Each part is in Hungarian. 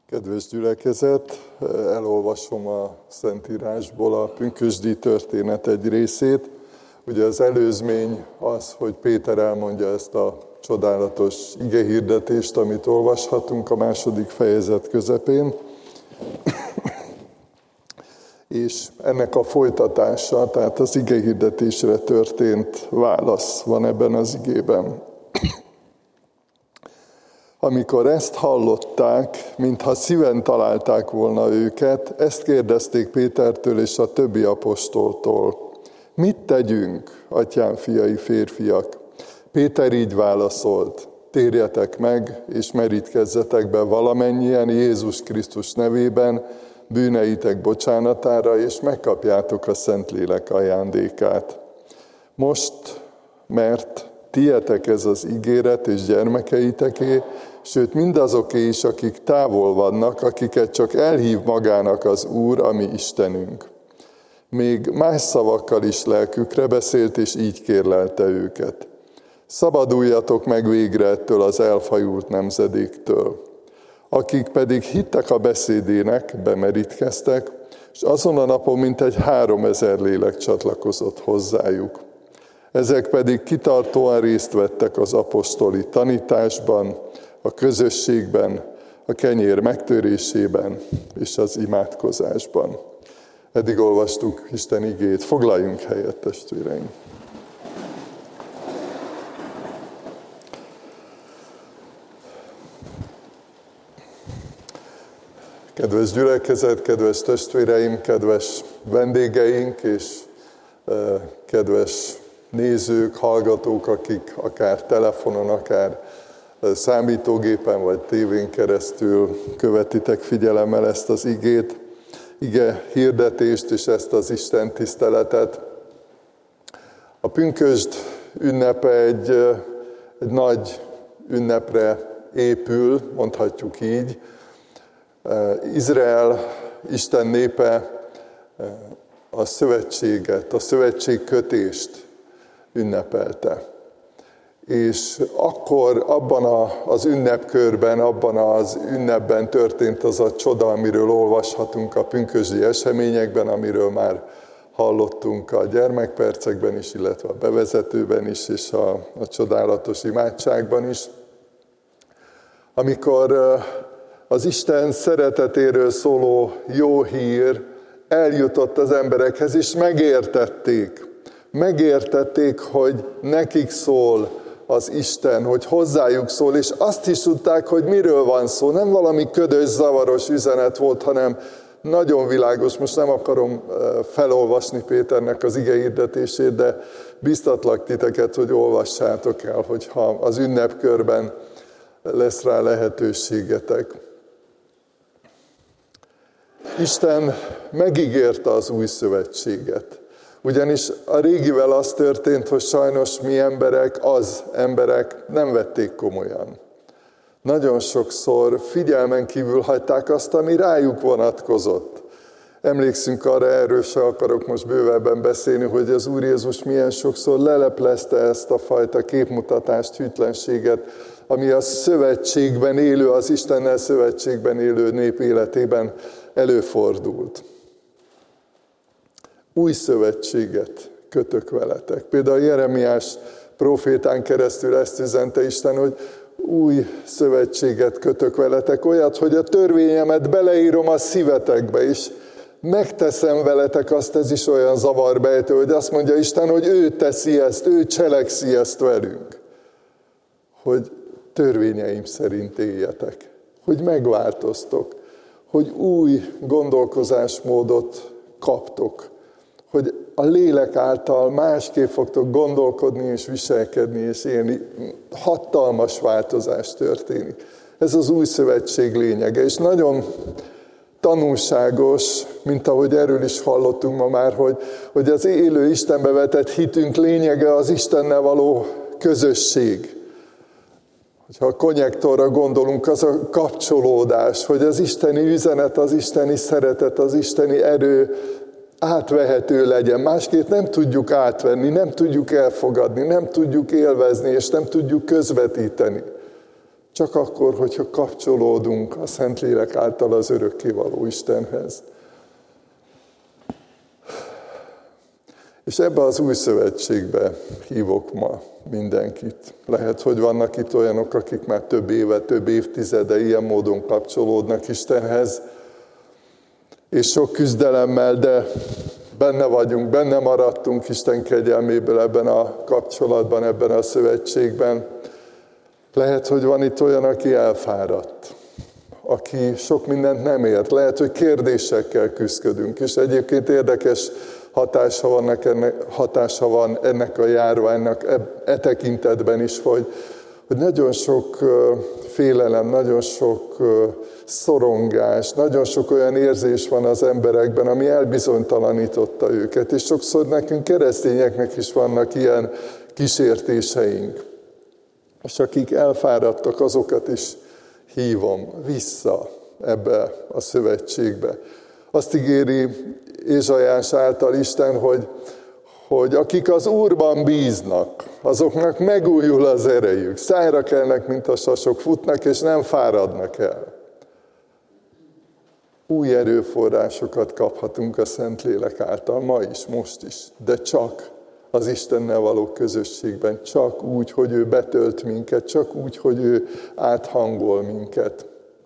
Kedves gyülekezet, elolvasom a Szentírásból a pünkösdi történet egy részét. Ugye az előzmény az, hogy Péter elmondja ezt a csodálatos igehirdetést, amit olvashatunk a második fejezet közepén. És ennek a folytatása, tehát az igehirdetésre történt válasz van ebben az igében. Amikor ezt hallották, mintha szíven találták volna őket, ezt kérdezték Pétertől és a többi apostoltól. Mit tegyünk, atyám fiai, férfiak? Péter így válaszolt, térjetek meg és merítkezzetek be valamennyien Jézus Krisztus nevében bűneitek bocsánatára, és megkapjátok a Szentlélek ajándékát. Most, mert tietek ez az ígéret és gyermekeiteké, sőt mindazoké is, akik távol vannak, akiket csak elhív magának az Úr, a mi Istenünk. Még más szavakkal is lelkükre beszélt, és így kérlelte őket. Szabaduljatok meg végre ettől az elfajult nemzedéktől. Akik pedig hittek a beszédének, bemerítkeztek, és azon a napon mintegy 3000 lélek csatlakozott hozzájuk. Ezek pedig kitartóan részt vettek az apostoli tanításban, a közösségben, a kenyér megtörésében és az imádkozásban. Eddig olvastuk Isten igét. Foglaljunk helyet, testvéreim! Kedves gyülekezet, kedves testvéreim, kedves vendégeink és kedves nézők, hallgatók, akik akár telefonon, akár számítógépen vagy tévén keresztül követitek figyelemmel ezt az igét, ige hirdetést és ezt az Isten tiszteletet. A pünkösd ünnepe egy nagy ünnepre épül, mondhatjuk így. Izrael, Isten népe a szövetséget, a szövetségkötést ünnepelte. És akkor abban az ünnepkörben, abban az ünnepben történt az a csoda, amiről olvashatunk a pünkösdi eseményekben, amiről már hallottunk a gyermekpercekben is, illetve a bevezetőben is, és a csodálatos imádságban is. Amikor az Isten szeretetéről szóló jó hír eljutott az emberekhez, és megértették, hogy nekik szól az Isten, hogy hozzájuk szól, és azt is tudták, hogy miről van szó. Nem valami ködös, zavaros üzenet volt, hanem nagyon világos. Most nem akarom felolvasni Péternek az igehirdetését, de biztatlak titeket, hogy olvassátok el, hogyha az ünnepkörben lesz rá lehetőségetek. Isten megígérte az új szövetséget. Ugyanis a régivel az történt, hogy sajnos mi emberek nem vették komolyan. Nagyon sokszor figyelmen kívül hagyták azt, ami rájuk vonatkozott. Emlékszünk arra, erről se akarok most bővebben beszélni, hogy az Úr Jézus milyen sokszor leleplezte ezt a fajta képmutatást, hűtlenséget, ami a szövetségben élő, az Istennel szövetségben élő nép életében előfordult. Új szövetséget kötök veletek. Például Jeremiás prófétán keresztül ezt üzente Isten, hogy új szövetséget kötök veletek, olyat, hogy a törvényemet beleírom a szívetekbe is. Megteszem veletek azt, ez is olyan zavarbejtő, hogy azt mondja Isten, hogy ő teszi ezt, ő cselekszi ezt velünk. Hogy törvényeim szerint éljetek, hogy megváltoztok, hogy új gondolkozásmódot kaptok, hogy a lélek által másképp fogtok gondolkodni és viselkedni és élni. Hatalmas változás történik. Ez az új szövetség lényege, és nagyon tanulságos, mint ahogy erről is hallottunk ma már, hogy az élő Istenbe vetett hitünk lényege az Istennel való közösség. Ha a konnektorra gondolunk, az a kapcsolódás, hogy az isteni üzenet, az isteni szeretet, az isteni erő átvehető legyen. Másképp nem tudjuk átvenni, nem tudjuk elfogadni, nem tudjuk élvezni, és nem tudjuk közvetíteni. Csak akkor, hogyha kapcsolódunk a Szentlélek által az örökkévaló Istenhez. És ebbe az új szövetségbe hívok ma mindenkit. Lehet, hogy vannak itt olyanok, akik már több éve, több évtizede ilyen módon kapcsolódnak Istenhez, és sok küzdelemmel, de benne vagyunk, benne maradtunk Isten kegyelméből ebben a kapcsolatban, ebben a szövetségben. Lehet, hogy van itt olyan, aki elfáradt, aki sok mindent nem ért. Lehet, hogy kérdésekkel küzdködünk, és egyébként érdekes hatása van ennek a járványnak e tekintetben is, hogy nagyon sok félelem, nagyon sok szorongás, nagyon sok olyan érzés van az emberekben, ami elbizonytalanította őket, és sokszor nekünk keresztényeknek is vannak ilyen kísértéseink. És akik elfáradtak, azokat is hívom vissza ebbe a szövetségbe. Azt ígéri Ézsaiás által Isten, hogy akik az Úrban bíznak, azoknak megújul az erejük. Szájra kelnek, mint a sasok, futnak és nem fáradnak el. Új erőforrásokat kaphatunk a Szentlélek által, ma is, most is, de csak az Istennel való közösségben, csak úgy, hogy ő betölt minket, csak úgy, hogy ő áthangol minket.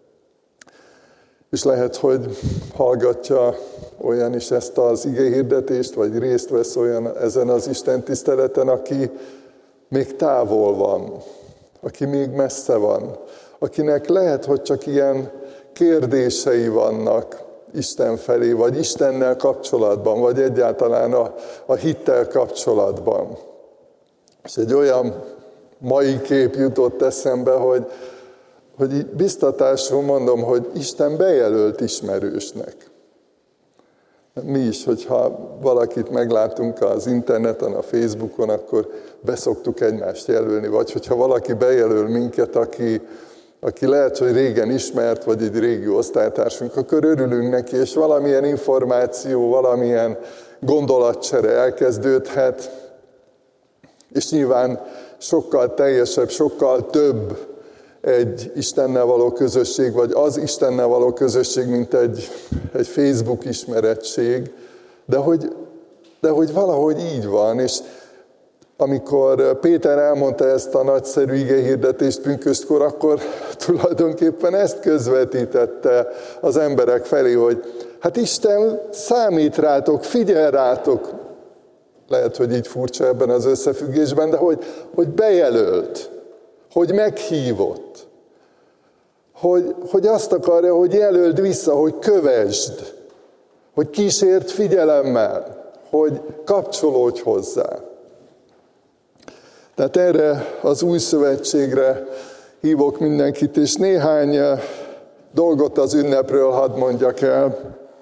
És lehet, hogy hallgatja olyan is ezt az igehirdetést, vagy részt vesz olyan ezen az Isten tiszteleten, aki még távol van, aki még messze van, akinek lehet, hogy csak ilyen kérdései vannak Isten felé, vagy Istennel kapcsolatban, vagy egyáltalán a hittel kapcsolatban. És egy olyan mai kép jutott eszembe, hogy így biztatásul mondom, hogy Isten bejelölt ismerősnek. Mi is, hogyha valakit meglátunk az interneten, a Facebookon, akkor beszoktuk egymást jelölni, vagy hogyha valaki bejelöl minket, aki lehet, hogy régen ismert, vagy egy régi osztálytársunk, akkor örülünk neki, és valamilyen információ, valamilyen gondolatcsere elkezdődhet, és nyilván sokkal teljesebb, sokkal több egy Istennel való közösség, vagy az Istennel való közösség, mint egy Facebook ismerettség, de hogy valahogy így van, és amikor Péter elmondta ezt a nagyszerű igehirdetést pünköstkor, akkor tulajdonképpen ezt közvetítette az emberek felé, hogy hát Isten számít rátok, figyel rátok. Lehet, hogy így furcsa ebben az összefüggésben, de hogy bejelölt, hogy meghívott, hogy azt akarja, hogy jelöld vissza, hogy kövesd, hogy kísérd figyelemmel, hogy kapcsolódj hozzá. Tehát erre az új szövetségre hívok mindenkit, és néhány dolgot az ünnepről hadd mondjak el.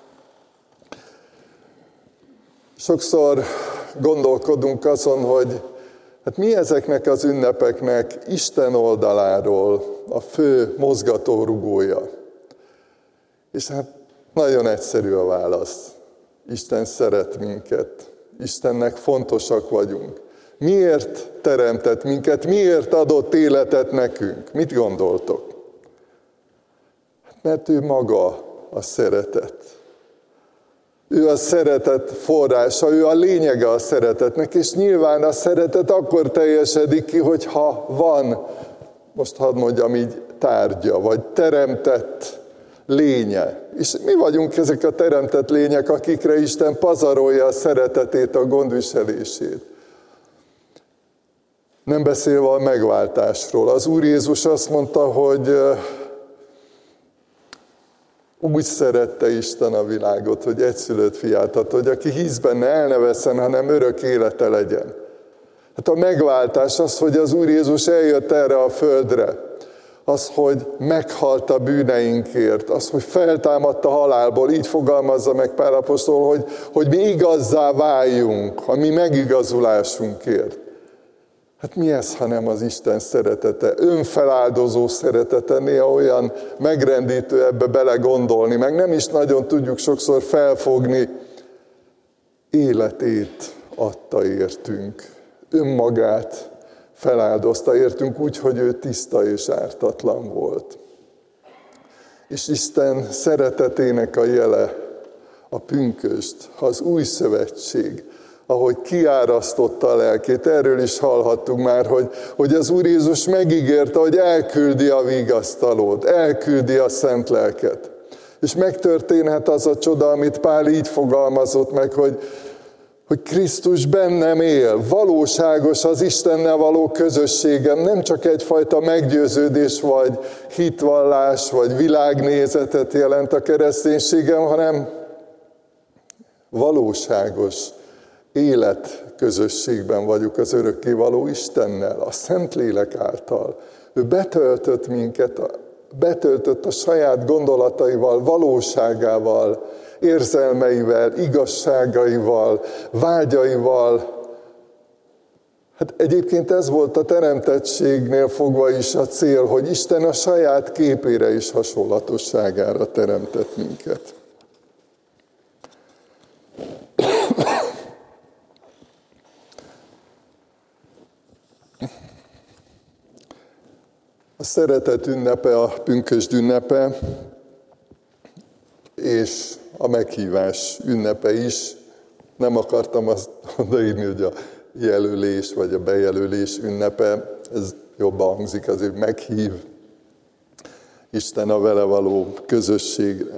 Sokszor gondolkodunk azon, hogy hát mi ezeknek az ünnepeknek Isten oldaláról a fő mozgatórugója. És hát nagyon egyszerű a válasz. Isten szeret minket. Istennek fontosak vagyunk. Miért teremtett minket? Miért adott életet nekünk? Mit gondoltok? Mert ő maga a szeretet. Ő a szeretet forrása, ő a lényege a szeretetnek, és nyilván a szeretet akkor teljesedik ki, hogyha van, most hadd mondjam így, tárgya, vagy teremtett lénye. És mi vagyunk ezek a teremtett lények, akikre Isten pazarolja a szeretetét, a gondviselését. Nem beszélve a megváltásról. Az Úr Jézus azt mondta, hogy úgy szerette Isten a világot, hogy egyszülött fiát ad, hogy aki hisz benne, el ne vesszen, hanem örök élete legyen. Hát a megváltás az, hogy az Úr Jézus eljött erre a földre. Az, hogy meghalt a bűneinkért, az, hogy feltámadt a halálból, így fogalmazza meg Pál apostol, hogy mi igazzá váljunk a mi megigazulásunkért. Hát mi ez, hanem az Isten szeretete, önfeláldozó szeretete, néha olyan megrendítő ebbe belegondolni, meg nem is nagyon tudjuk sokszor felfogni. Életét adta értünk, önmagát feláldozta értünk úgy, hogy ő tiszta és ártatlan volt. És Isten szeretetének a jele, a pünkösd, az új szövetség, ahogy kiárasztotta a lelkét. Erről is hallhattunk már, hogy az Úr Jézus megígérte, hogy elküldi a vigasztalót, elküldi a szent lelket. És megtörténhet az a csoda, amit Pál így fogalmazott meg, hogy Krisztus bennem él, valóságos az Istennel való közösségem, nem csak egyfajta meggyőződés, vagy hitvallás, vagy világnézetet jelent a kereszténységem, hanem valóságos életközösségben vagyok az örökkévaló Istennel, a Szentlélek által. Ő betöltött minket, betöltött a saját gondolataival, valóságával, érzelmeivel, igazságaival, vágyaival. Hát egyébként ez volt a teremtettségnél fogva is a cél, hogy Isten a saját képére és hasonlatosságára teremtett minket. A szeretet ünnepe, a pünkösd ünnepe, és a meghívás ünnepe is. Nem akartam azt odaírni, hogy a jelölés vagy a bejelölés ünnepe, ez jobban hangzik, azért meghív Isten a vele való közösségre.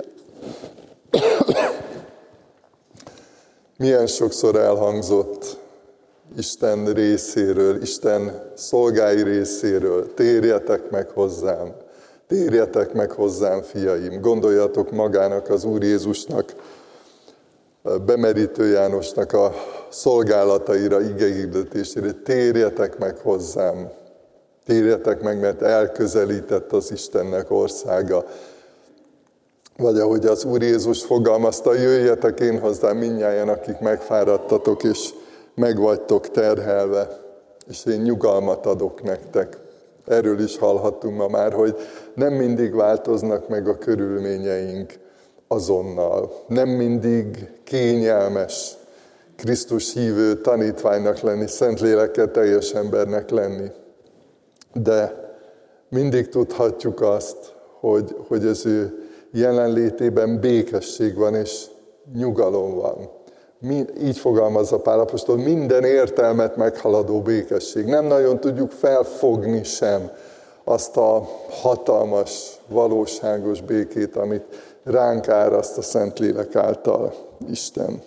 Milyen sokszor elhangzott Isten részéről, Isten szolgái részéről: térjetek meg hozzám, térjetek meg hozzám, fiaim. Gondoljatok magának, az Úr Jézusnak, Bemerítő Jánosnak a szolgálataira, igehirdetésére: térjetek meg hozzám, térjetek meg, mert elközelített az Istennek országa. Vagy ahogy az Úr Jézus fogalmazta: jöjjetek én hozzám mindnyájan, akik megfáradtatok és meg vagytok terhelve, és én nyugalmat adok nektek. Erről is hallhattunk ma már, hogy nem mindig változnak meg a körülményeink azonnal. Nem mindig kényelmes Krisztus hívő tanítványnak lenni, Szentlélekkel teljes embernek lenni. De mindig tudhatjuk azt, hogy az ő jelenlétében békesség van és nyugalom van. Így fogalmazza Pál apostol, minden értelmet meghaladó békesség. Nem nagyon tudjuk felfogni sem azt a hatalmas, valóságos békét, amit ránk áraszt a Szentlélek által Isten.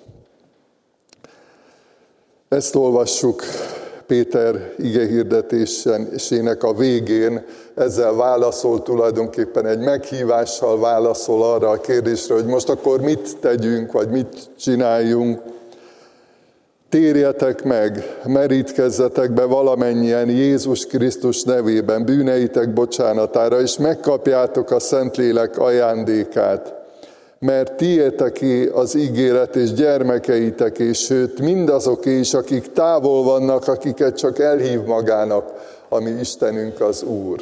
Ezt olvassuk Péter igehirdetésének a végén. Ezzel válaszol tulajdonképpen, egy meghívással válaszol arra a kérdésre, hogy most akkor mit tegyünk, vagy mit csináljunk. Térjetek meg, merítkezzetek be valamennyien Jézus Krisztus nevében bűneitek bocsánatára, és megkapjátok a Szentlélek ajándékát. Mert tiéteké az ígéret, és gyermekeiteké, sőt mindazoké is, akik távol vannak, akiket csak elhív magának a mi Istenünk az Úr.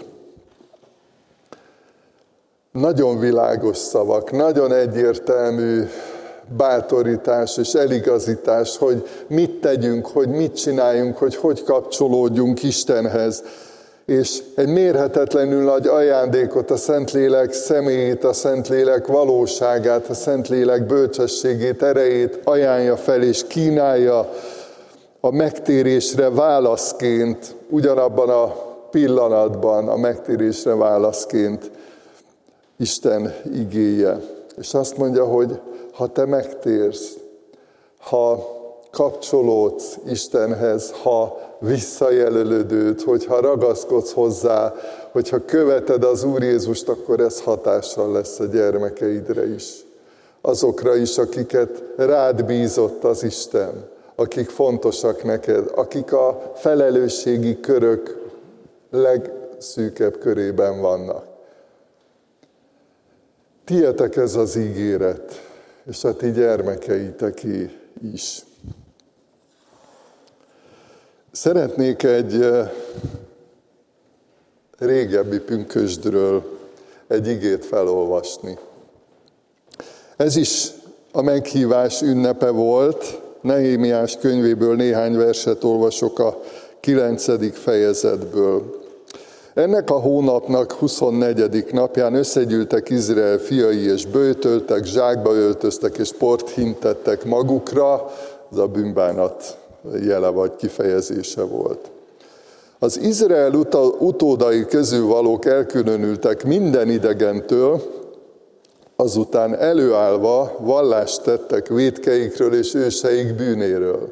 Nagyon világos szavak, nagyon egyértelmű bátorítás és eligazítás, hogy mit tegyünk, hogy mit csináljunk, hogy kapcsolódjunk Istenhez. És egy mérhetetlenül nagy ajándékot, a Szentlélek személyét, a Szentlélek valóságát, a Szentlélek bölcsességét, erejét ajánlja fel és kínálja a megtérésre válaszként, ugyanabban a pillanatban a megtérésre válaszként Isten igéje. És azt mondja, hogy ha te megtérsz, ha kapcsolódsz Istenhez, ha visszajelölődőd, hogyha ragaszkodsz hozzá, hogyha követed az Úr Jézust, akkor ez hatással lesz a gyermekeidre is. Azokra is, akiket rád bízott az Isten, akik fontosak neked, akik a felelősségi körök legszűkebb körében vannak. Tietek ez az ígéret, és a ti gyermekeiteké is. Szeretnék egy régebbi pünkösdről egy igét felolvasni. Ez is a meghívás ünnepe volt. Nehémiás könyvéből néhány verset olvasok a 9. fejezetből. Ennek a hónapnak 24. napján összegyűltek Izrael fiai, és böjtöltek, zsákba öltöztek, és port hintettek magukra. Ez a bűnbánat jele vagy kifejezése volt. Az Izrael utódai közül valók elkülönültek minden idegentől, azután előállva vallást tettek vétkeikről és őseik bűnéről.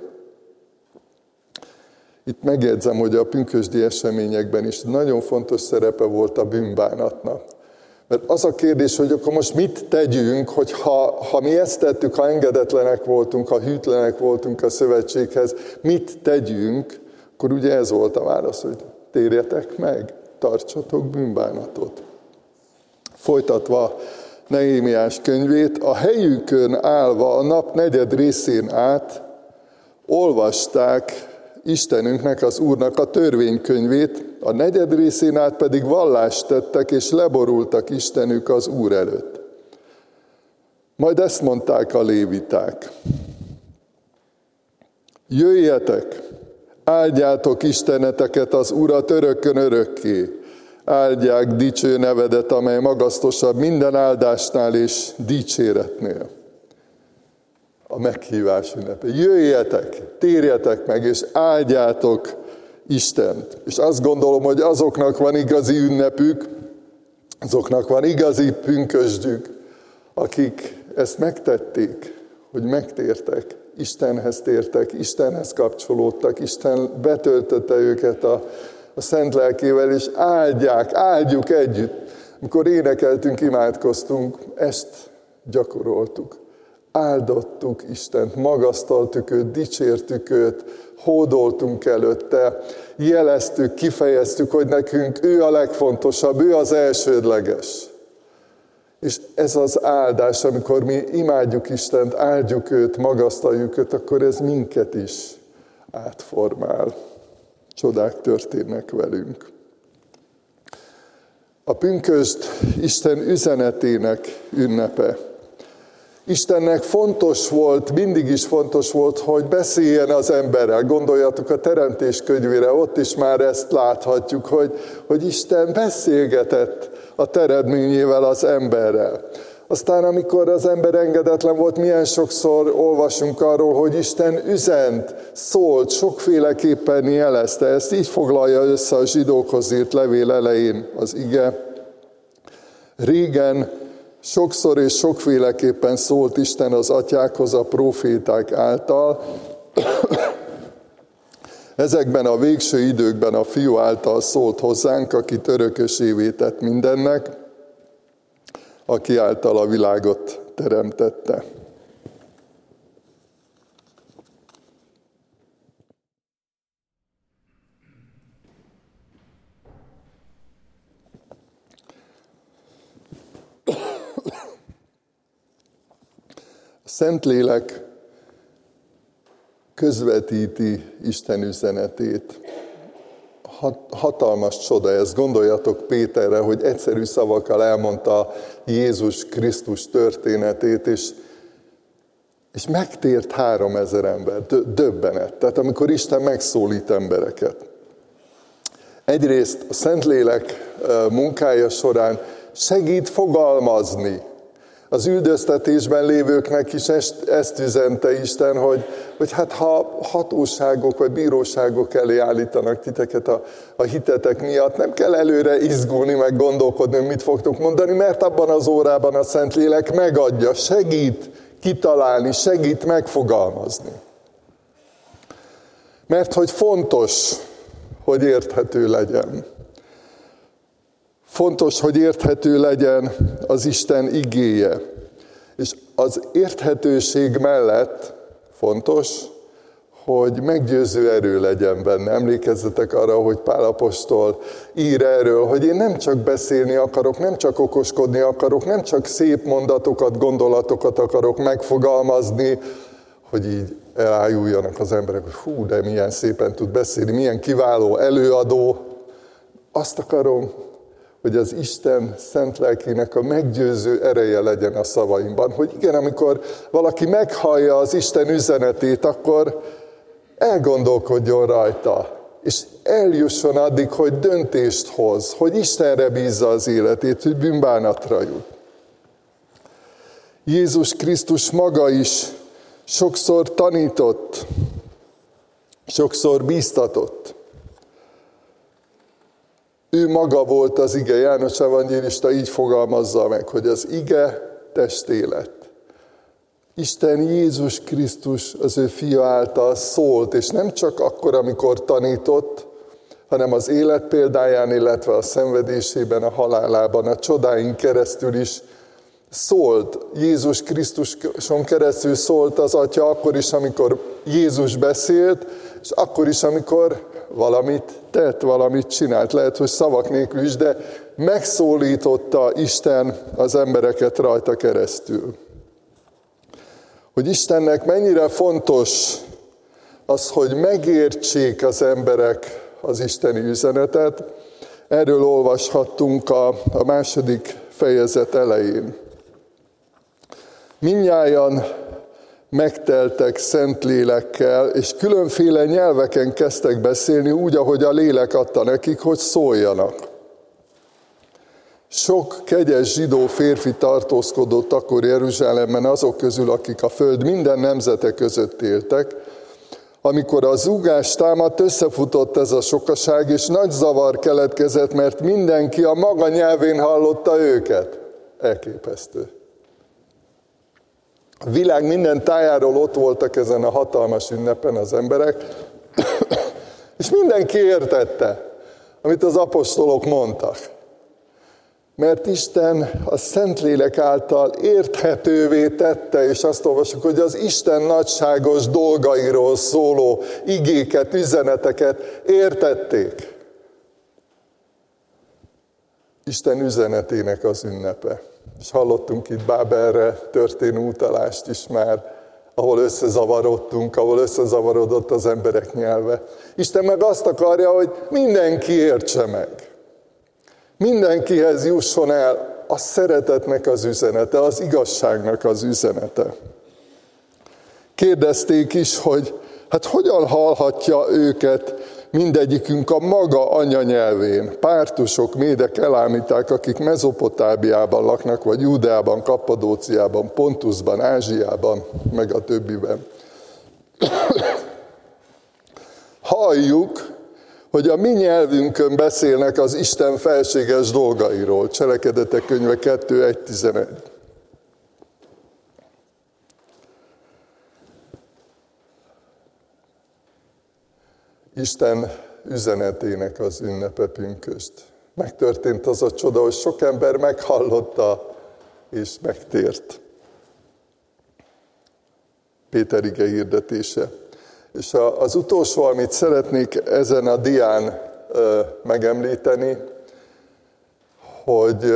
Itt megjegyzem, hogy a pünkösdi eseményekben is nagyon fontos szerepe volt a bűnbánatnak. Mert az a kérdés, hogy akkor most mit tegyünk, hogy ha mi ezt tettük, ha engedetlenek voltunk, ha hűtlenek voltunk a szövetséghez, mit tegyünk, akkor ugye ez volt a válasz, hogy térjetek meg, tartsatok bűnbánatot. Folytatva Nehémiás könyvét, a helyükön állva a nap 4. részén át olvasták Istenünknek, az Úrnak a törvénykönyvét, a 4. részén át pedig vallást tettek, és leborultak Istenük az Úr előtt. Majd ezt mondták a léviták. Jöjjetek, áldjátok Isteneteket, az Urat örökkön örökké. Áldják dicső nevedet, amely magasztosabb minden áldásnál és dicséretnél. A meghívás ünnepe. Jöjjetek, térjetek meg, és áldjátok Istent. És azt gondolom, hogy azoknak van igazi ünnepük, azoknak van igazi pünkösdjük, akik ezt megtették, hogy megtértek, Istenhez tértek, Istenhez kapcsolódtak, Isten betöltötte őket a Szent Lelkével, és áldjuk együtt. Amikor énekeltünk, imádkoztunk, ezt gyakoroltuk. Áldottuk Istent, magasztaltuk őt, dicsértük őt, hódoltunk előtte, jeleztük, kifejeztük, hogy nekünk ő a legfontosabb, ő az elsődleges. És ez az áldás, amikor mi imádjuk Istent, áldjuk őt, magasztaljuk őt, akkor ez minket is átformál. Csodák történnek velünk. A pünkösd Isten üzenetének ünnepe. Istennek fontos volt, mindig is fontos volt, hogy beszéljen az emberrel. Gondoljatok a Teremtés könyvére, ott is már ezt láthatjuk, hogy Isten beszélgetett a teremtményével az emberrel. Aztán, amikor az ember engedetlen volt, milyen sokszor olvasunk arról, hogy Isten üzent, szólt, sokféleképpen jelezte. Ezt így foglalja össze a zsidókhoz írt levél elején az ige. Régen sokszor és sokféleképpen szólt Isten az atyákhoz a próféták által. Ezekben a végső időkben a Fiú által szólt hozzánk, akit örökösévé tett mindennek, aki által a világot teremtette. A Szentlélek közvetíti Isten üzenetét. Hatalmas csoda ez. Gondoljatok Péterre, hogy egyszerű szavakkal elmondta Jézus Krisztus történetét, és megtért 3000 ember. Döbbenet. Tehát amikor Isten megszólít embereket. Egyrészt a Szentlélek munkája során segít fogalmazni. Az üldöztetésben lévőknek is ezt üzente Isten, hogy hát ha hatóságok vagy bíróságok elé állítanak titeket a hitetek miatt, nem kell előre izgulni, meg gondolkodni, hogy mit fogtok mondani, mert abban az órában a Szentlélek megadja, segít kitalálni, segít megfogalmazni. Mert hogy fontos, hogy érthető legyen. Fontos, hogy érthető legyen az Isten igéje. És az érthetőség mellett fontos, hogy meggyőző erő legyen benne. Emlékezzetek arra, hogy Pál apostol ír erről, hogy én nem csak beszélni akarok, nem csak okoskodni akarok, nem csak szép mondatokat, gondolatokat akarok megfogalmazni, hogy így elájuljanak az emberek, hogy hú, de milyen szépen tud beszélni, milyen kiváló előadó. Azt akarom, hogy az Isten szent lelkének a meggyőző ereje legyen a szavaimban. Hogy igen, amikor valaki meghallja az Isten üzenetét, akkor elgondolkodjon rajta. és eljusson addig, hogy döntést hoz, hogy Istenre bízza az életét, hogy bűnbánatra jut. Jézus Krisztus maga is sokszor tanított, sokszor bíztatott. Ő maga volt az ige, János evangélista így fogalmazza meg, hogy az ige testé lett. Isten Jézus Krisztus az ő fia által szólt, és nem csak akkor, amikor tanított, hanem az életpéldáján, illetve a szenvedésében, a halálában, a csodáin keresztül is szólt. Jézus Krisztuson keresztül szólt az Atya akkor is, amikor Jézus beszélt, és akkor is, amikor valamit tett, valamit csinált. Lehet, hogy szavak nélkül is, de megszólította Isten az embereket rajta keresztül. Hogy Istennek mennyire fontos az, hogy megértsék az emberek az isteni üzenetet, erről olvashattunk a második fejezet elején. Mindnyájan megteltek Szentlélekkel, és különféle nyelveken kezdtek beszélni úgy, ahogy a lélek adta nekik, hogy szóljanak. Sok kegyes zsidó férfi tartózkodott akkor Jeruzsálemben azok közül, akik a föld minden nemzete között éltek. Amikor a zúgás támadt, összefutott ez a sokaság, és nagy zavar keletkezett, mert mindenki a maga nyelvén hallotta őket. Elképesztő. A világ minden tájáról ott voltak ezen a hatalmas ünnepen az emberek, és mindenki értette, amit az apostolok mondtak. Mert Isten a Szentlélek által érthetővé tette, és azt olvasjuk, hogy az Isten nagyságos dolgairól szóló igéket, üzeneteket értették. Isten üzenetének az ünnepe. És hallottunk itt Bábelre történő utalást is már, ahol összezavarodtunk, ahol összezavarodott az emberek nyelve. Isten meg azt akarja, hogy mindenki értse meg. Mindenkihez jusson el a szeretetnek az üzenete, az igazságnak az üzenete. Kérdezték is, hogy hát hogyan hallhatja őket mindegyikünk a maga anyanyelvén. Pártusok, médek, elámiták, akik Mezopotámiában laknak, vagy Júdeában, Kappadóciában, Pontusban, Ázsiában, meg a többiben. Halljuk, hogy a mi nyelvünkön beszélnek az Isten felséges dolgairól. Cselekedetek könyve 2.1.11. Isten üzenetének az ünnepe pünkösd. Megtörtént az a csoda, hogy sok ember meghallotta és megtért. Péter ige hirdetése. És az utolsó, amit szeretnék ezen a dián megemlíteni, hogy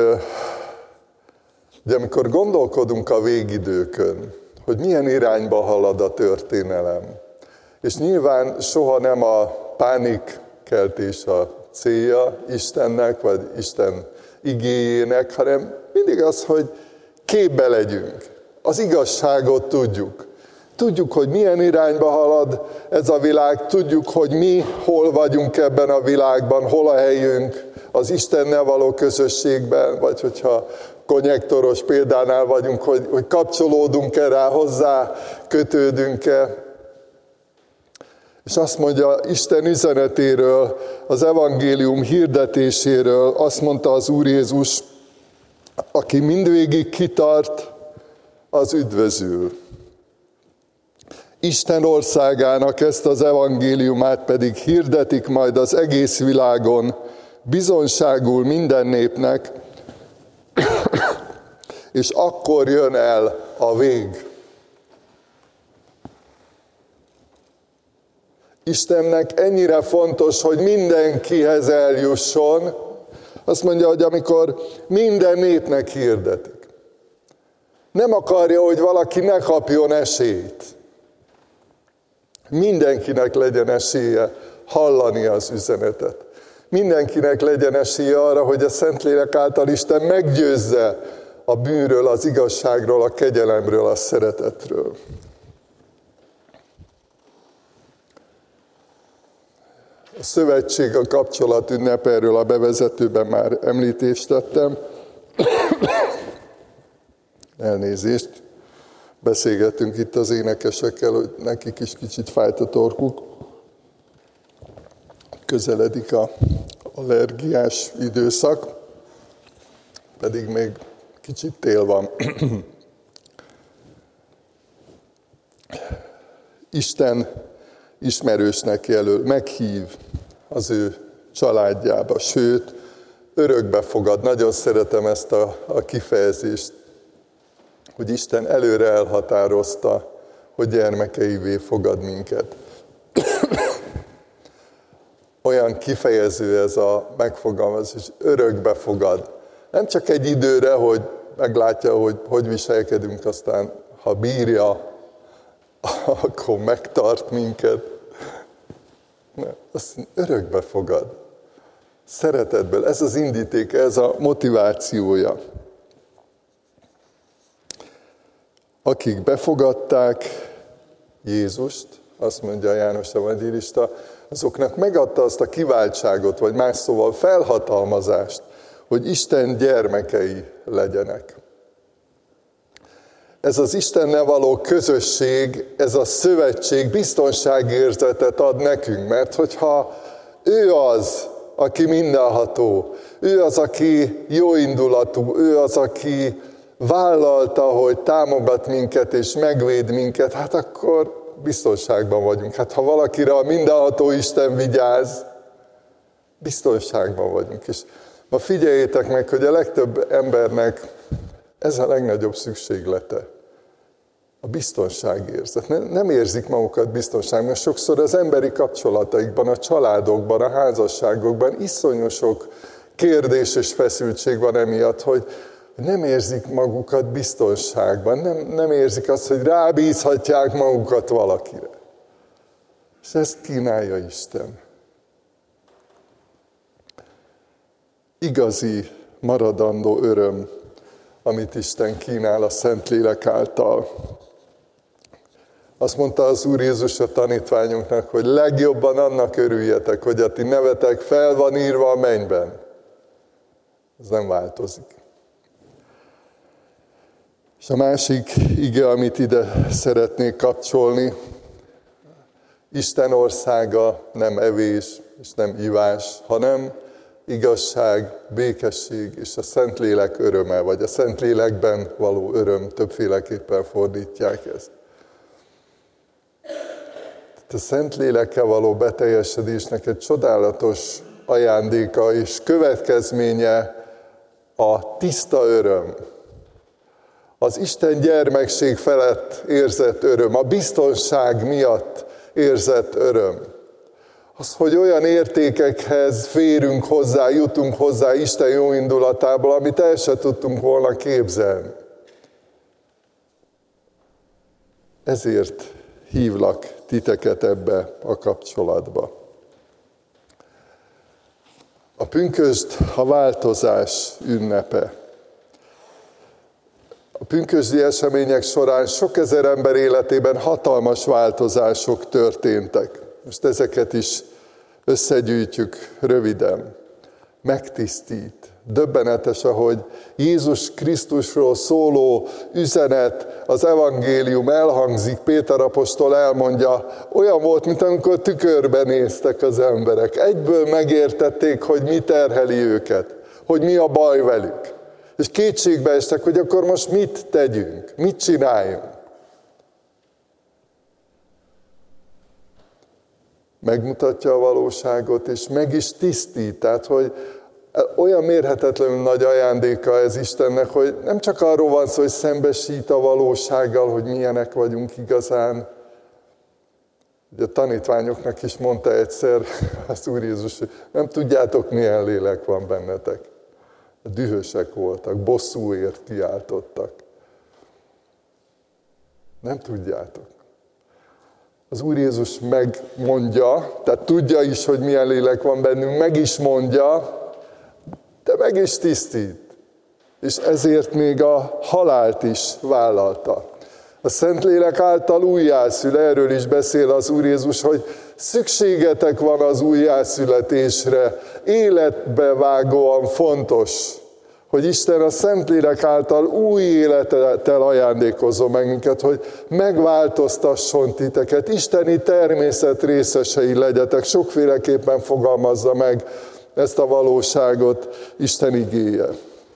amikor gondolkodunk a végidőkön, hogy milyen irányba halad a történelem, és nyilván soha nem a pánikkeltés a célja Istennek, vagy Isten igéjének, hanem mindig az, hogy képbe legyünk, az igazságot tudjuk. Tudjuk, hogy milyen irányba halad ez a világ, tudjuk, hogy mi hol vagyunk ebben a világban, hol a helyünk az Istennel való közösségben, vagy hogyha konnektoros példánál vagyunk, hogy kapcsolódunk-e rá, hozzá kötődünk-e. És azt mondja Isten üzenetéről, az evangélium hirdetéséről, azt mondta az Úr Jézus, aki mindvégig kitart, az üdvözül. Isten országának ezt az evangéliumát pedig hirdetik majd az egész világon, bizonságul minden népnek, és akkor jön el a vég. Istennek ennyire fontos, hogy mindenkihez eljusson. Azt mondja, hogy amikor minden népnek hirdetik. Nem akarja, hogy valaki ne kapjon esélyt. Mindenkinek legyen esélye hallani az üzenetet. Mindenkinek legyen esélye arra, hogy a Szentlélek által Isten meggyőzze a bűnről, az igazságról, a kegyelemről, a szeretetről. A szövetség, a kapcsolat ünnep, erről a bevezetőben már említést tettem. Elnézést. Beszélgetünk itt az énekesekkel, hogy nekik is kicsit fájt a torkuk. Közeledik az allergiás időszak, pedig még kicsit tél van. Isten ismerősnek jelöl, meghív az ő családjába, sőt, örökbe fogad. Nagyon szeretem ezt a kifejezést, hogy Isten előre elhatározta, hogy gyermekeivé fogad minket. Olyan kifejező ez a megfogalmazás, örökbe fogad. Nem csak egy időre, hogy meglátja, hogy viselkedünk, aztán ha bírja, akkor megtart minket. Azt örökbe fogad. Szeretetből. Ez az indíték, ez a motivációja. Akik befogadták Jézust, azt mondja János evangélista, azoknak megadta azt a kiváltságot, vagy más szóval felhatalmazást, hogy Isten gyermekei legyenek. Ez az Istennel való közösség, ez a szövetség biztonságérzetet ad nekünk, mert hogyha ő az, aki mindenható, ő az, aki jóindulatú, ő az, aki vállalta, hogy támogat minket és megvéd minket, hát akkor biztonságban vagyunk. Hát ha valakire a mindenható Isten vigyáz, biztonságban vagyunk. És ma figyeljétek meg, hogy a legtöbb embernek ez a legnagyobb szükséglete. A biztonságérzet. Nem érzik magukat biztonságban. Sokszor az emberi kapcsolataikban, a családokban, a házasságokban iszonyú sok kérdés és feszültség van emiatt, hogy nem érzik magukat biztonságban. Nem érzik azt, hogy rábízhatják magukat valakire. És ezt kínálja Isten. Igazi, maradandó öröm, amit Isten kínál a Szentlélek által. Azt mondta az Úr Jézus a tanítványunknak, hogy legjobban annak örüljetek, hogy a ti nevetek fel van írva a mennyben. Ez nem változik. És a másik ige, amit ide szeretnék kapcsolni, Isten országa nem evés és nem ivás, hanem igazság, békesség és a Szentlélek öröme, vagy a Szentlélekben való öröm, többféleképpen fordítják ezt. A Szentlélekkel való beteljesedésnek egy csodálatos ajándéka és következménye a tiszta öröm. Az Isten gyermekség felett érzett öröm, a biztonság miatt érzett öröm. Az, hogy olyan értékekhez férünk hozzá, jutunk hozzá Isten jó indulatából, amit el se tudtunk volna képzelni. Ezért hívlak titeket ebbe a kapcsolatba. A pünkösd a változás ünnepe. A pünkösdi események során sok ezer ember életében hatalmas változások történtek. Most ezeket is összegyűjtjük röviden. Megtisztít. Döbbenetes, ahogy Jézus Krisztusról szóló üzenet, az evangélium elhangzik, Péter apostol elmondja, olyan volt, mint amikor tükörbe néztek az emberek. Egyből megértették, hogy mi terheli őket, hogy mi a baj velük. És kétségbe estek, hogy akkor most mit tegyünk, mit csináljunk. Megmutatja a valóságot, és meg is tisztít. Tehát, hogy olyan mérhetetlenül nagy ajándéka ez Istennek, hogy nem csak arról van szó, hogy szembesít a valósággal, hogy milyenek vagyunk igazán. Ugye a tanítványoknak is mondta egyszer az Úr Jézus, hogy nem tudjátok, milyen lélek van bennetek. Dühösek voltak, bosszúért kiáltottak. Nem tudjátok. Az Úr Jézus megmondja, tehát tudja is, hogy milyen lélek van bennünk, meg is mondja, de meg is tisztít. És ezért még a halált is vállalta. A Szentlélek által újjászül, erről is beszél az Úr Jézus, hogy szükségetek van az újjászületésre, életbevágóan fontos, hogy Isten a Szentlélek által új élettel ajándékozza meg minket, hogy megváltoztasson titeket, isteni természet részesei legyetek, sokféleképpen fogalmazza meg ezt a valóságot Isten igéje.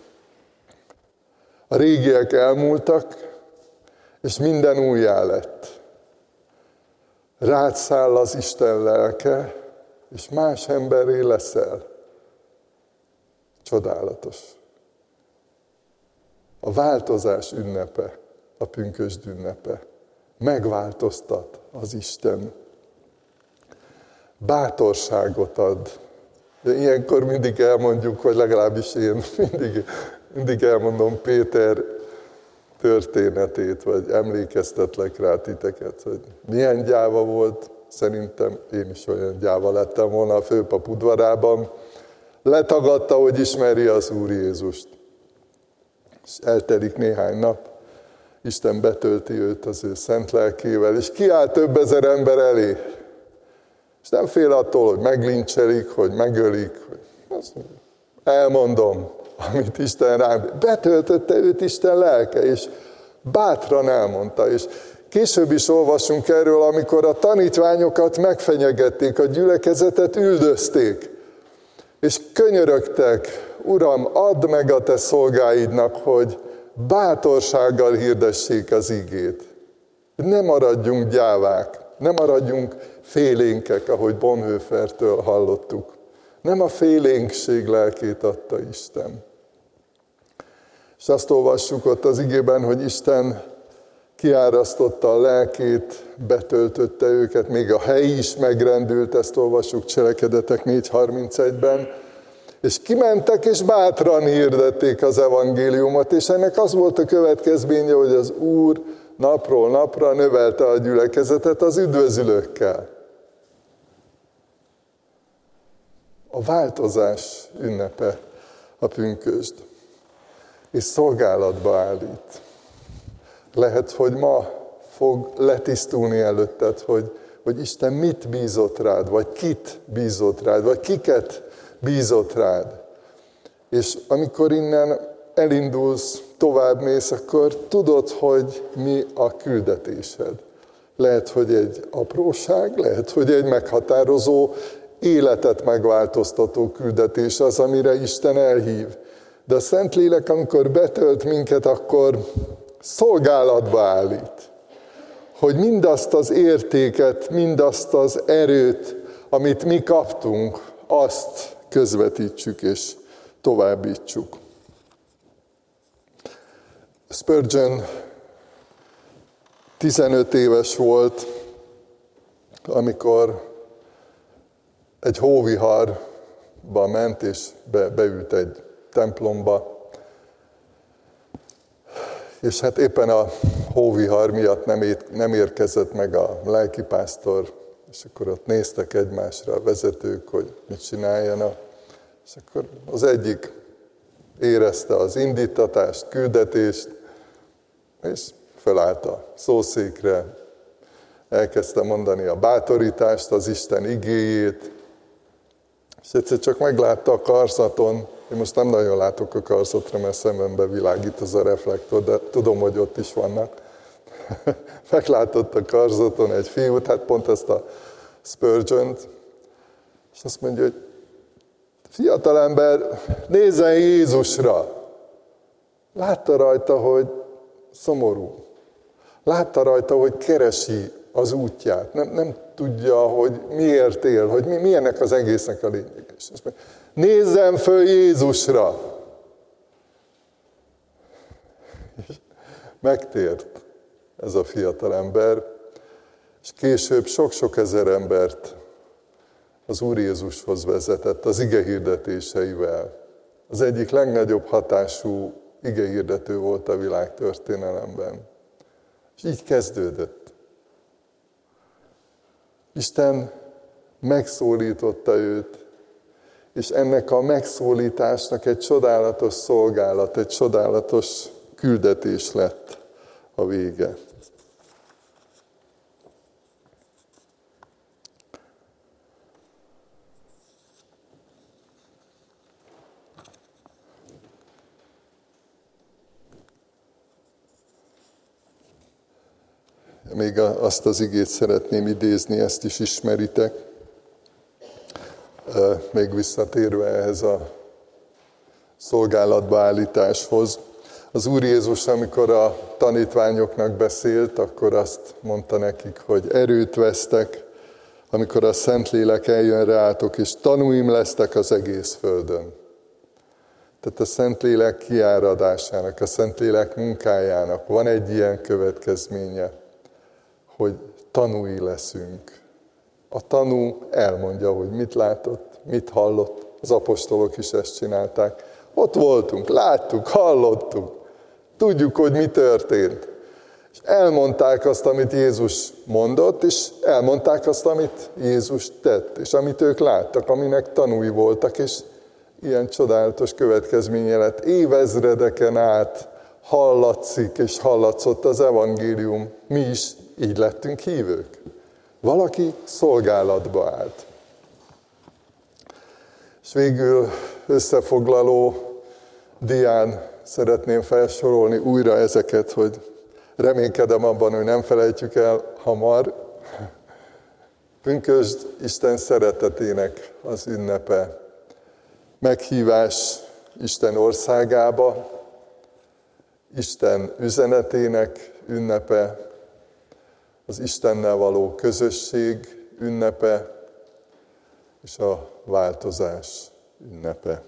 A régiek elmúltak, és minden újjá lett. Rád száll az Isten lelke, és más emberré leszel. Csodálatos. A változás ünnepe, a pünkösd ünnepe. Megváltoztat az Isten. Bátorságot ad. De ilyenkor mindig elmondjuk, vagy legalábbis én mindig elmondom Péter történetét, vagy emlékeztetlek rá titeket, hogy milyen gyáva volt, szerintem én is olyan gyáva lettem volna a főpap udvarában. Letagadta, hogy ismeri az Úr Jézust. És eltelik néhány nap, Isten betölti őt az ő szent lelkével, és kiáll több ezer ember elé. És nem fél attól, hogy meglincselik, hogy megölik. Elmondom, amit Isten rám. Betöltötte őt Isten lelke, és bátran elmondta. És később is olvasunk erről, amikor a tanítványokat megfenyegették, a gyülekezetet üldözték. És könyörögtek, Uram, add meg a te szolgáidnak, hogy bátorsággal hirdessék az igét. Ne maradjunk gyávák, ne maradjunk félénkek, ahogy Bonhoeffertől hallottuk. Nem a félénkség lelkét adta Isten. És azt olvassuk ott az igében, hogy Isten kiárasztotta a lelkét, betöltötte őket, még a hely is megrendült, ezt olvassuk Cselekedetek 4.31-ben, és kimentek és bátran hirdették az evangéliumot, és ennek az volt a következménye, hogy az Úr napról napra növelte a gyülekezetet az üdvözülőkkel. A változás ünnepe a pünkösd, és szolgálatba állít. Lehet, hogy ma fog letisztulni előtted, hogy Isten mit bízott rád, vagy kit bízott rád, vagy kiket bízott rád. És amikor innen elindulsz, továbbmész, akkor tudod, hogy mi a küldetésed. Lehet, hogy egy apróság, lehet, hogy egy meghatározó, életet megváltoztató küldetés az, amire Isten elhív. De a Szentlélek, amikor betölt minket, akkor szolgálatba állít. Hogy mindazt az értéket, mindazt az erőt, amit mi kaptunk, azt közvetítsük és továbbítsuk. Spurgeon 15 éves volt, amikor egy hóviharba ment, és beült egy templomba. És hát éppen a hóvihar miatt nem érkezett meg a lelkipásztor, és akkor ott néztek egymásra a vezetők, hogy mit csináljanak. És akkor az egyik érezte az indítatást, küldetést, és felállt a szószékre, elkezdte mondani a bátorítást, az Isten igéjét, és egyszer csak meglátta a karzaton, én most nem nagyon látok a karzatra, mert szemembe világít az a reflektor, de tudom, hogy ott is vannak. Meglátott a karzaton egy fiút, hát pont ezt a Spurgeon-t, és azt mondja, hogy fiatalember, nézzen Jézusra! Látta rajta, hogy szomorú. Látta rajta, hogy keresi az útját. Nem tudja, hogy miért él, hogy mi ennek az egésznek a lényege. És azt mondja, nézzen föl Jézusra! És megtért ez a fiatalember, és később sok-sok ezer embert az Úr Jézushoz vezetett az igehirdetéseivel. Az egyik legnagyobb hatású igehirdető volt a világ történelemben. És így kezdődött. Isten megszólította őt, és ennek a megszólításnak egy csodálatos szolgálat, egy csodálatos küldetés lett a vége. még azt az igét szeretném idézni, ezt is ismeritek. Még visszatérve ehhez a szolgálatba állításhoz. Az Úr Jézus, amikor a tanítványoknak beszélt, akkor azt mondta nekik, hogy erőt vesztek, amikor a Szentlélek eljön rátok, és tanúim lesztek az egész földön. Tehát a Szentlélek kiáradásának, a Szentlélek munkájának van egy ilyen következménye, hogy tanúi leszünk. A tanú elmondja, hogy mit látott, mit hallott. Az apostolok is ezt csinálták. Ott voltunk, láttuk, hallottuk, tudjuk, hogy mi történt. És elmondták azt, amit Jézus mondott, és elmondták azt, amit Jézus tett, és amit ők láttak, aminek tanúi voltak, és ilyen csodálatos következménye lett. Évezredeken át hallatszik és hallatszott az evangélium. Mi is így lettünk hívők. Valaki szolgálatba állt. És végül összefoglaló dián szeretném felsorolni újra ezeket, hogy reménykedem abban, hogy nem felejtjük el hamar. Pünkösd Isten szeretetének az ünnepe. Meghívás Isten országába, Isten üzenetének ünnepe, az Istennel való közösség ünnepe, és a változás ünnepe.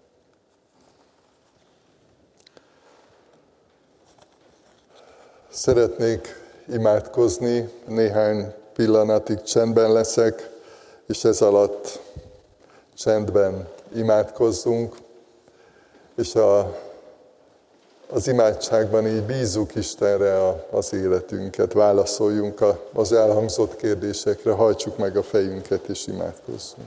Szeretnék imádkozni, néhány pillanatig csendben leszek, és ez alatt csendben imádkozzunk, és az imádságban így bízzuk Istenre az életünket, válaszoljunk az elhangzott kérdésekre, hajtsuk meg a fejünket és imádkozzunk.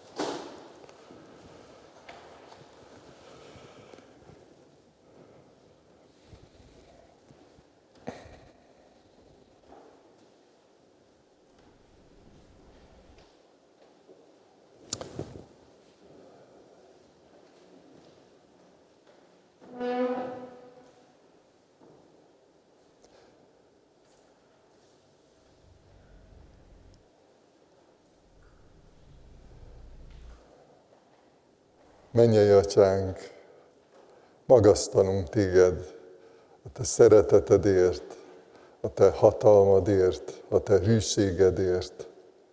Mennyei Atyánk, magasztalunk Téged a Te szeretetedért, a Te hatalmadért, a Te hűségedért.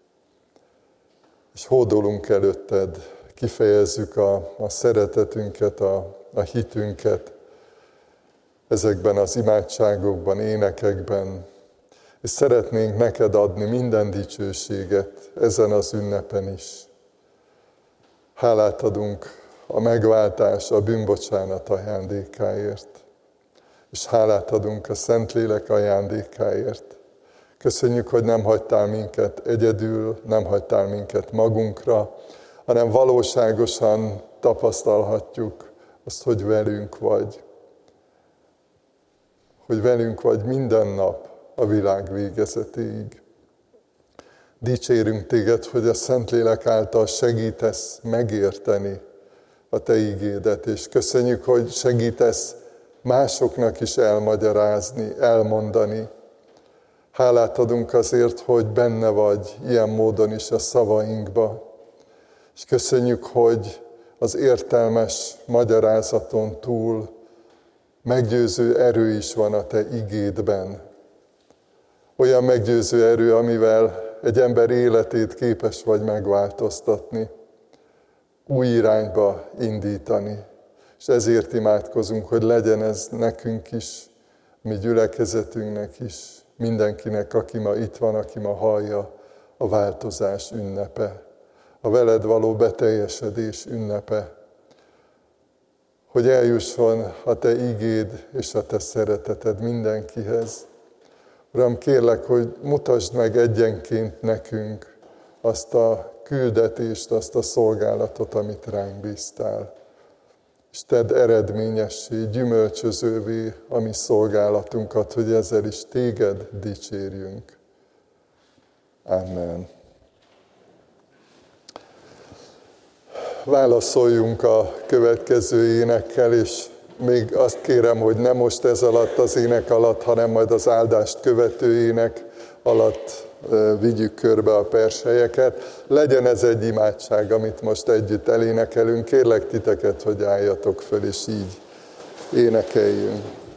És hódolunk előtted, kifejezzük a szeretetünket, a hitünket ezekben az imádságokban, énekekben, és szeretnénk neked adni minden dicsőséget ezen az ünnepen is. Hálát adunk a megváltás, a bűnbocsánat ajándékáért. És hálát adunk a Szentlélek ajándékáért. Köszönjük, hogy nem hagytál minket egyedül, nem hagytál minket magunkra, hanem valóságosan tapasztalhatjuk azt, hogy velünk vagy. Hogy velünk vagy minden nap a világ végezetéig. Dicsérünk Téged, hogy a Szentlélek által segítesz megérteni a Te igédet, és köszönjük, hogy segítesz másoknak is elmagyarázni, elmondani. Hálát adunk azért, hogy benne vagy ilyen módon is a szavainkba. És köszönjük, hogy az értelmes magyarázaton túl meggyőző erő is van a Te igédben. Olyan meggyőző erő, amivel egy ember életét képes vagy megváltoztatni, új irányba indítani. És ezért imádkozunk, hogy legyen ez nekünk is, mi gyülekezetünknek is, mindenkinek, aki ma itt van, aki ma hallja, a változás ünnepe, a veled való beteljesedés ünnepe, hogy eljusson a Te igéd és a Te szereteted mindenkihez. Uram, kérlek, hogy mutasd meg egyenként nekünk azt a küldetést, azt a szolgálatot, amit ránk bíztál. És tedd eredményessé, gyümölcsözővé a mi szolgálatunkat, hogy ezzel is Téged dicsérjünk. Amen. Válaszoljunk a következő énekkel, és még azt kérem, hogy ne most ez alatt az ének alatt, hanem majd az áldást követő ének alatt vigyük körbe a perselyeket. Legyen ez egy imádság, amit most együtt elénekelünk. Kérlek titeket, hogy álljatok föl, és így énekeljünk.